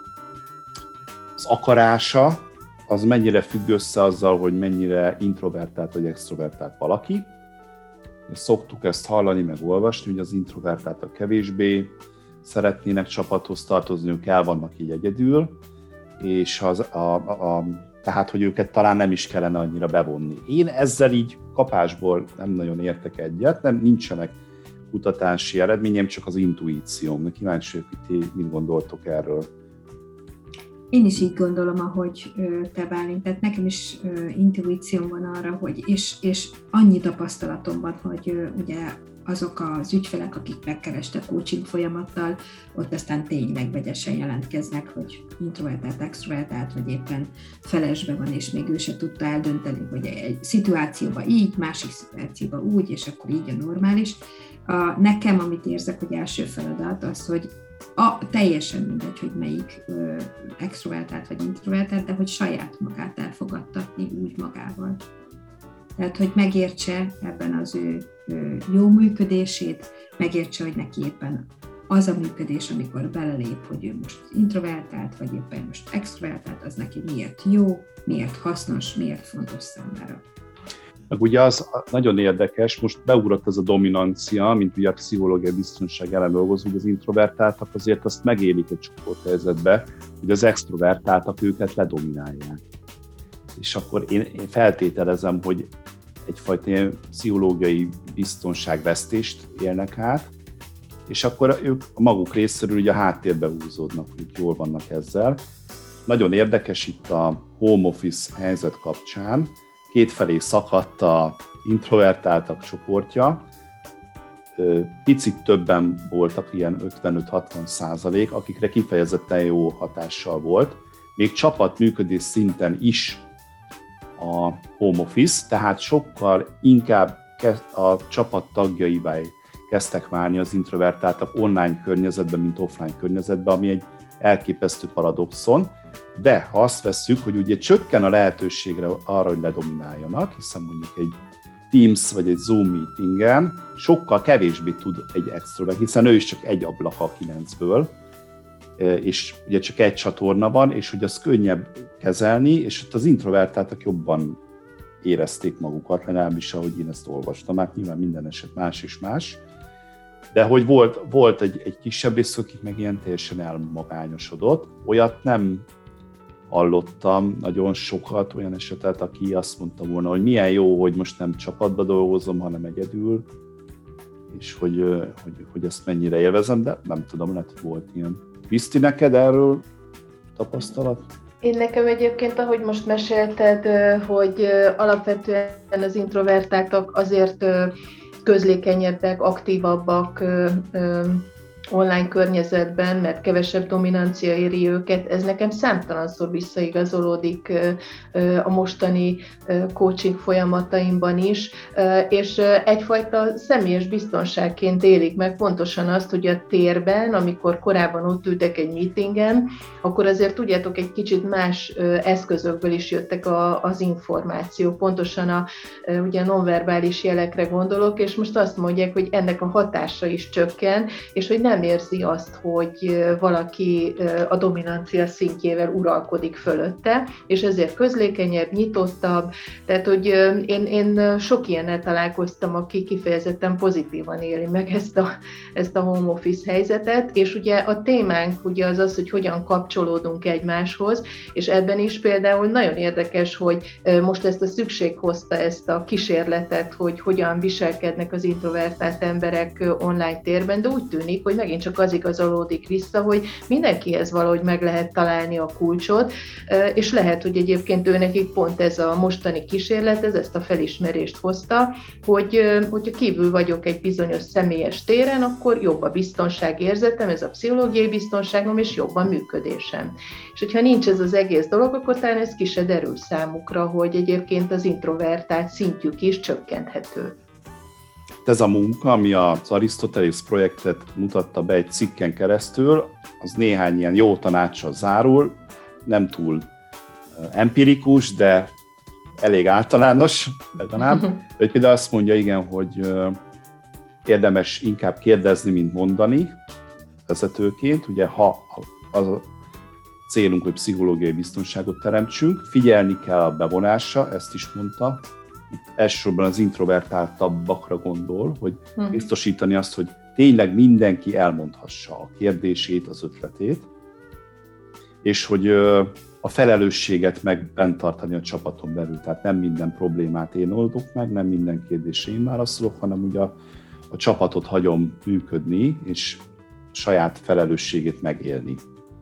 az akarása, az mennyire függ össze azzal, hogy mennyire introvertált vagy extrovertált valaki. Szoktuk ezt hallani, meg olvasni, hogy az introvertáltak kevésbé szeretnének csapathoz tartozni, ők el vannak így egyedül, és tehát, hogy őket talán nem is kellene annyira bevonni. Én ezzel így kapásból nem nagyon értek egyet, nincsenek kutatási eredményem, csak az intuícióm. Kíváncsi vagyok, hogy ti mit gondoltok erről. Én is így gondolom, ahogy te, Bálint, tehát nekem is intuícióm van arra, hogy és annyi tapasztalatom van, hogy ugye azok az ügyfelek, akik megkerestek coaching folyamattal, ott aztán tényleg vegyesen jelentkeznek, hogy introvertált, extrovertált, vagy éppen felesbe van, és még ő se tudta eldönteni, hogy egy szituációban így, másik szituációban úgy, és akkor így a normális. Nekem, amit érzek, hogy első feladat az, hogy teljesen mindegy, hogy melyik extrovertált vagy introvertált, de hogy saját magát elfogadtatni úgy magával. Tehát, hogy megértse ebben az ő jó működését, megértse, hogy neki éppen az a működés, amikor belelép, hogy ő most introvertált, vagy éppen most extrovertált, az neki miért jó, miért hasznos, miért fontos számára. Meg ugye az nagyon érdekes, most beugrott ez a dominancia, mint ugye a pszichológiai biztonság ellen dolgozunk, az introvertáltak azért azt megélik egy csoporthelyzetbe, hogy az extrovertáltak őket ledominálják. És akkor én feltételezem, hogy egyfajta ilyen pszichológiai biztonságvesztést élnek át, és akkor ők a maguk részéről ugye a háttérbe húzódnak, hogy jól vannak ezzel. Nagyon érdekes itt a home office helyzet kapcsán, kétfelé szakadt a introvertáltak csoportja, picit többen voltak, ilyen 55-60%, akikre kifejezetten jó hatással volt, még csapatműködés szinten is a home office, tehát sokkal inkább a csapat tagjaivá kezdtek válni az introvertáltak online környezetben, mint offline környezetben, ami egy elképesztő paradoxon, de ha azt vesszük, hogy ugye csökken a lehetőségre arra, hogy ledomináljanak, hiszen mondjuk egy Teams vagy egy Zoom meetingen sokkal kevésbé tud egy extrovert, hiszen ő is csak egy ablak a 9-ből, és ugye csak egy csatorna van, és hogy az könnyebb kezelni, és ott az introvertáltak jobban érezték magukat, legalábbis ahogy én ezt olvastam, hát nyilván minden eset más és más, de hogy volt egy kisebb rész, akik meg ilyen teljesen elmagányosodott, olyat nem hallottam nagyon sokat olyan esetet, aki azt mondta volna, hogy milyen jó, hogy most nem csapatba dolgozom, hanem egyedül, és hogy ezt mennyire élvezem, de nem tudom, lehet, hogy volt ilyen. Viszti, neked erről tapasztalat? Én nekem egyébként, ahogy most mesélted, hogy alapvetően az introvertáltak azért közlékenyebbek, aktívabbak online környezetben, mert kevesebb dominancia éri őket, ez nekem számtalanszor visszaigazolódik a mostani coaching folyamataimban is, és egyfajta személyes biztonságként élik meg pontosan azt, hogy a térben, amikor korábban ott ültek egy meetingen, akkor azért tudjátok, egy kicsit más eszközökből is jöttek az információk, pontosan ugye a nonverbális jelekre gondolok, és most azt mondják, hogy ennek a hatása is csökken, és hogy nem érzi azt, hogy valaki a dominancia szintjével uralkodik fölötte, és ezért közlékenyebb, nyitottabb. Tehát, hogy én sok ilyennel találkoztam, aki kifejezetten pozitívan éli meg ezt a home office helyzetet, és ugye a témánk ugye az, hogy hogyan kapcsolódunk egymáshoz, és ebben is például nagyon érdekes, hogy most ezt a szükség hozta ezt a kísérletet, hogy hogyan viselkednek az introvertált emberek online térben, de úgy tűnik, hogy megint csak az igazolódik vissza, hogy mindenkihez valahogy meg lehet találni a kulcsot, és lehet, hogy egyébként ő nekik pont ez a mostani kísérlet, ezt a felismerést hozta, hogy hogyha kívül vagyok egy bizonyos személyes téren, akkor jobb a biztonságérzetem, ez a pszichológiai biztonságom, és jobb a működésem. És hogyha nincs ez az egész dolog, akkor talán ez ki se derül számukra, hogy egyébként az introvertált szintjük is csökkenthető. Ez a munka, ami az Arisztotelész projektet mutatta be egy cikken keresztül, az néhány ilyen jó tanáccsal zárul, nem túl empirikus, de elég általános, legalább. Ő például azt mondja, igen, hogy érdemes inkább kérdezni, mint mondani vezetőként. Ugye, ha az a célunk, hogy pszichológiai biztonságot teremtsünk, figyelni kell a bevonásra, ezt is mondta. Itt elsősorban az introvertáltabbakra gondol, hogy biztosítani azt, hogy tényleg mindenki elmondhassa a kérdését, az ötletét, és hogy a felelősséget meg bent tartani a csapaton belül. Tehát nem minden problémát én oldok meg, nem minden kérdésre én válaszolok, hanem ugye a csapatot hagyom működni, és saját felelősségét megélni.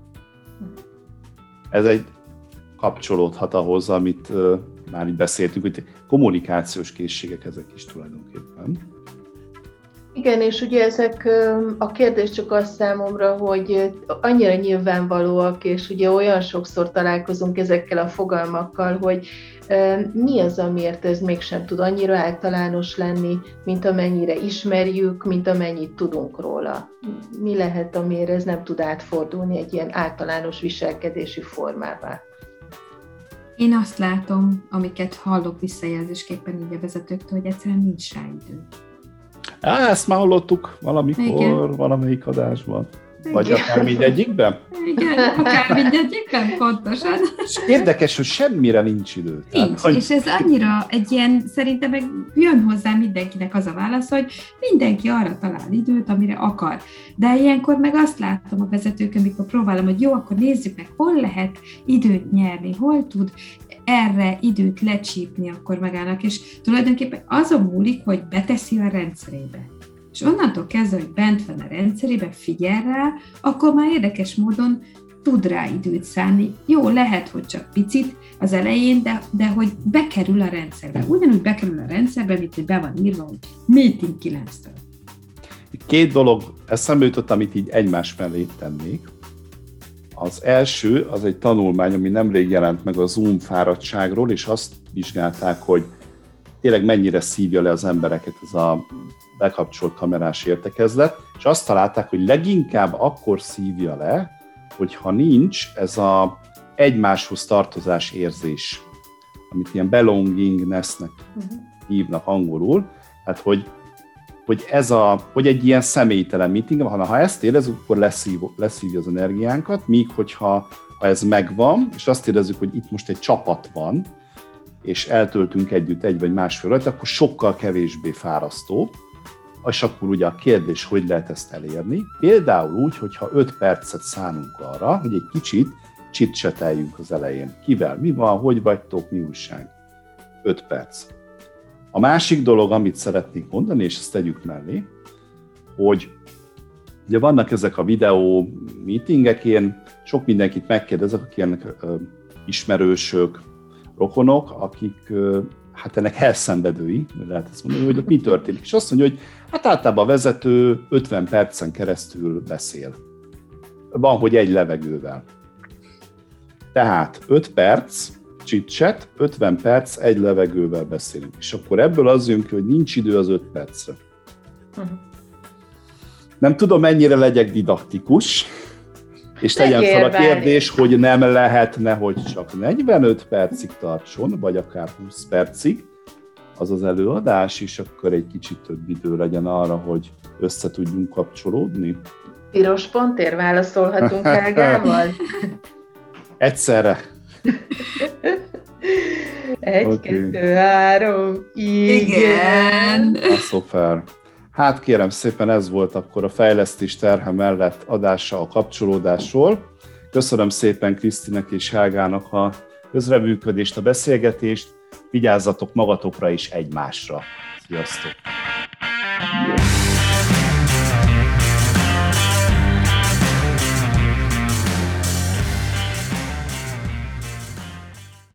Ez egy kapcsolódhat ahhoz, amit már így beszéltünk, hogy kommunikációs készségek ezek is tulajdonképpen. Igen, és ugye ezek a kérdés csak az számomra, hogy annyira nyilvánvalóak, és ugye olyan sokszor találkozunk ezekkel a fogalmakkal, hogy mi az, amiért ez mégsem tud annyira általános lenni, mint amennyire ismerjük, mint amennyit tudunk róla. Mi lehet, amiért ez nem tud átfordulni egy ilyen általános viselkedési formává? Én azt látom, amiket hallok visszajelzésképpen így a vezetőktől, hogy egyszerűen nincs rá idő. Ezt már hallottuk valamikor, igen. Valamelyik adásban. Vagy akár mindegyikben? Igen, akár mindegyikben, pontosan. Érdekes, hogy semmire nincs idő. Nincs, hogy... és ez annyira egy ilyen, szerintem meg jön hozzá mindenkinek az a válasz, hogy mindenki arra talál időt, amire akar. De ilyenkor meg azt látom a vezetők, amikor próbálom, hogy jó, akkor nézzük meg, hol lehet időt nyerni, hol tud erre időt lecsípni akkor magának, és tulajdonképpen azon múlik, hogy beteszi a rendszerébe. És onnantól kezdve, hogy bent van a rendszerébe, figyel rá, akkor már érdekes módon tud rá időt szánni. Jó, lehet, hogy csak picit az elején, de hogy bekerül a rendszerbe. Ugyanúgy bekerül a rendszerbe, mint hogy be van írva, hogy meeting 9-től. Két dolog eszembe jutott, amit így egymás mellé tennék. Az első, az egy tanulmány, ami nemrég jelent meg a Zoom fáradtságról, és azt vizsgálták, hogy tényleg mennyire szívja le az embereket ez a bekapcsolt kamerás értekezlet, és azt találták, hogy leginkább akkor szívja le, hogyha nincs ez az egymáshoz tartozás érzés, amit ilyen belongingness-nek hívnak angolul, tehát hogy egy ilyen személytelen meeting van, ha ezt érezzük, akkor leszívja az energiánkat, míg hogyha ez megvan, és azt érezzük, hogy itt most egy csapat van, és eltöltünk együtt egy vagy másfél órát, akkor sokkal kevésbé fárasztó. És akkor ugye a kérdés, hogy lehet ezt elérni. Például úgy, hogyha 5 percet szánunk arra, hogy egy kicsit chit-chateljünk az elején. Kivel, mi van, hogy vagytok, mi újság? 5 perc. A másik dolog, amit szeretnék mondani, és ezt tegyük mellé, hogy ugye vannak ezek a videó meetingek, én sok mindenkit megkérdezek, akik ennek ismerősök, rokonok, akik hát ennek elszenvedői, lehet ezt mondani, hogy mi történik. És azt mondja, hogy hát általában a vezető 50 percen keresztül beszél. Van, hogy egy levegővel. Tehát 5 perc, chit-chat, 50 perc, egy levegővel beszélünk. És akkor ebből az jön ki, hogy nincs idő az 5 percre. Nem tudom, mennyire legyek didaktikus, és tegyem fel a kérdés, hogy nem lehetne, hogy csak 45 percig tartson, vagy akár 20 percig az előadás, és akkor egy kicsit több idő legyen arra, hogy össze tudjunk kapcsolódni. Piros pontért válaszolhatunk Helgával? Egyszerre. 1, Okay. 2, 3, igen. Szuper. Hát kérem szépen, ez volt akkor a fejlesztés terhe mellett adása a kapcsolódásról. Köszönöm szépen Krisztinek és Helgának a közreműködést, a beszélgetést. Vigyázzatok magatokra és egymásra. Sziasztok!